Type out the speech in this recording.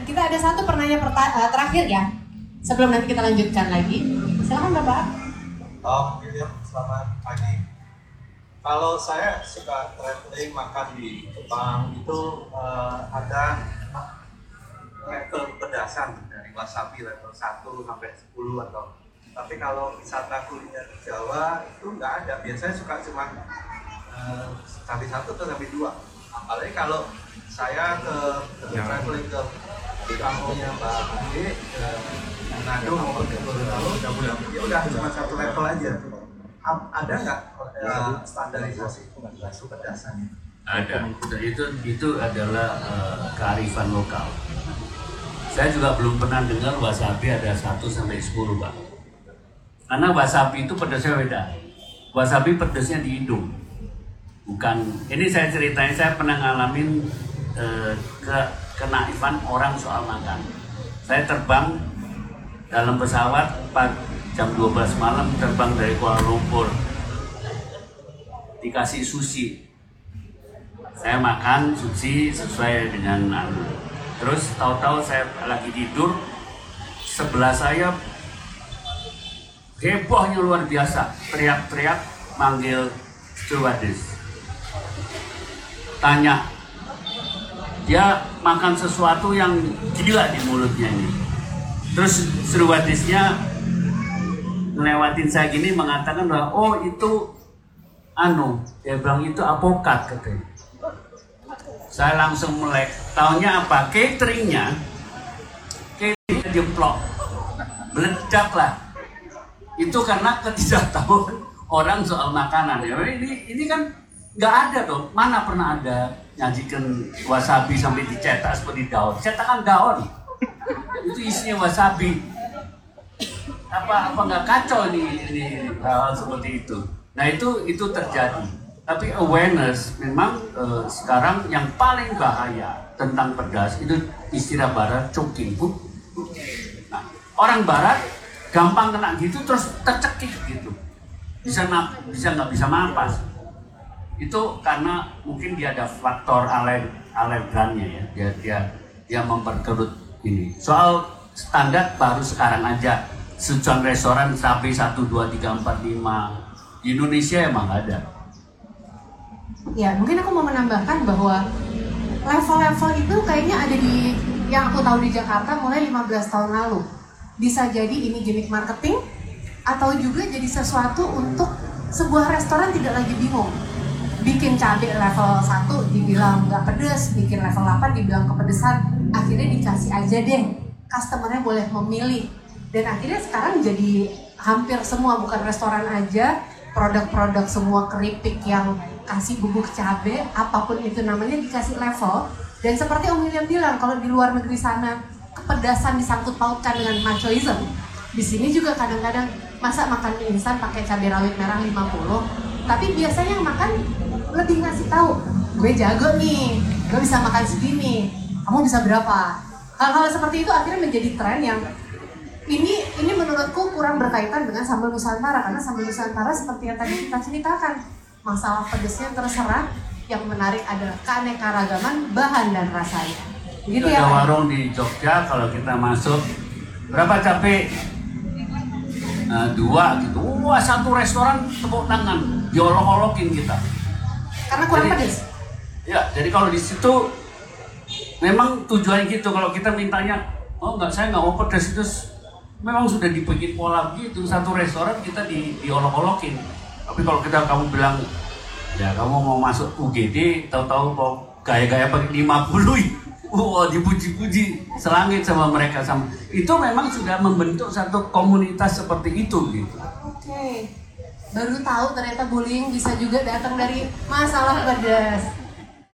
kita ada satu terakhir ya, sebelum nanti kita lanjutkan lagi. Silakan Bapak. William, selamat pagi. Kalau saya suka traveling makan di Jepang itu ada level pedasan dari wasabi level 1 sampai 10 atau, tapi kalau wisata kuliner di Jawa itu nggak ada. Biasanya suka cuma cabai 1 atau cabai 2. Apalagi kalau saya traveling ke kampungnya Mbak Ade, ke Manado maupun ke Gorontalo, ya udah cuma satu level aja. Ada nggak standarisasi bakso pedasan? Ada. Itu adalah kearifan lokal. Saya juga belum pernah dengar wasabi ada 1 sampai 10, Pak. Karena wasabi itu pedasnya beda. Wasabi pedasnya di hidung. Bukan. Ini saya ceritain, saya pernah ngalamin kenaifan orang soal makan. Saya terbang dalam pesawat jam 12 malam, terbang dari Kuala Lumpur, dikasih sushi. Saya makan sushi sesuai dengan terus tahu-tahu saya lagi tidur, sebelah saya hebohnya luar biasa, teriak-teriak manggil stewardess, tanya, dia makan sesuatu yang gila di mulutnya ini. Terus stewardessnya ngelewatin saya gini mengatakan bahwa oh itu dia bilang itu apokat katanya. Saya langsung melek, taunya apa? Cateringnya jeplok, meledak lah. Itu karena ketidaktahuan orang soal makanan ya. Ini kan nggak ada dong. Mana pernah ada nyajikan wasabi sampai dicetak seperti daun? Cetakan daun itu isinya wasabi. Apa nggak kacau ini hal seperti itu. Nah itu terjadi. Tapi awareness memang sekarang yang paling bahaya tentang pedas itu istilah barat choking. Nah, orang barat gampang kena gitu terus tercekik gitu. Nggak bisa mapas. Itu karena mungkin dia ada faktor alergannya ya. Dia memperkerut ini. Soal standar baru sekarang aja. Sichuan restoran sampai 1, 2, 3, 4, 5 di Indonesia emang ada. Ya mungkin aku mau menambahkan bahwa level-level itu kayaknya ada di yang aku tahu di Jakarta mulai 15 tahun lalu. Bisa jadi ini gimmick marketing atau juga jadi sesuatu untuk sebuah restoran tidak lagi bingung. Bikin cabai level 1 dibilang nggak pedes, bikin level 8 dibilang kepedesan, akhirnya dikasih aja deh, customernya boleh memilih. Dan akhirnya sekarang jadi hampir semua, bukan restoran aja, produk-produk semua keripik yang kasih bubuk cabai, apapun itu namanya dikasih level. Dan seperti Om William bilang, kalau di luar negeri sana kepedasan disangkut pautkan dengan machoism, di sini juga kadang-kadang masa makan mie instan pakai cabai rawit merah 50, tapi biasanya yang makan lebih ngasih tahu, gue jago nih, gue bisa makan segini, kamu bisa berapa. Hal-hal seperti itu akhirnya menjadi tren yang ini menurutku kurang berkaitan dengan sambal Nusantara, karena sambal Nusantara seperti yang tadi kita ceritakan, masalah pedesnya terserah, yang menarik adalah keanekaragaman bahan dan rasanya. Gitu ya, ada warung di Jogja kalau kita masuk, berapa cabai? 2 gitu. Wah, satu restoran tepuk tangan, diolok-olokin kita. Karena kurang pedes. Ya, jadi kalau di situ memang tujuannya gitu. Kalau kita mintanya, saya nggak mau pedas, itu memang sudah dibikin pola gitu. Satu restoran kita diolok-olokin. Tapi kalau kamu bilang, ya kamu mau masuk UGD, tahu-tahu mau gaya-gaya pakai 50, dipuji-puji selangit sama mereka. Itu memang sudah membentuk satu komunitas seperti itu gitu. Oke. Baru tahu ternyata bullying bisa juga datang dari masalah pedas.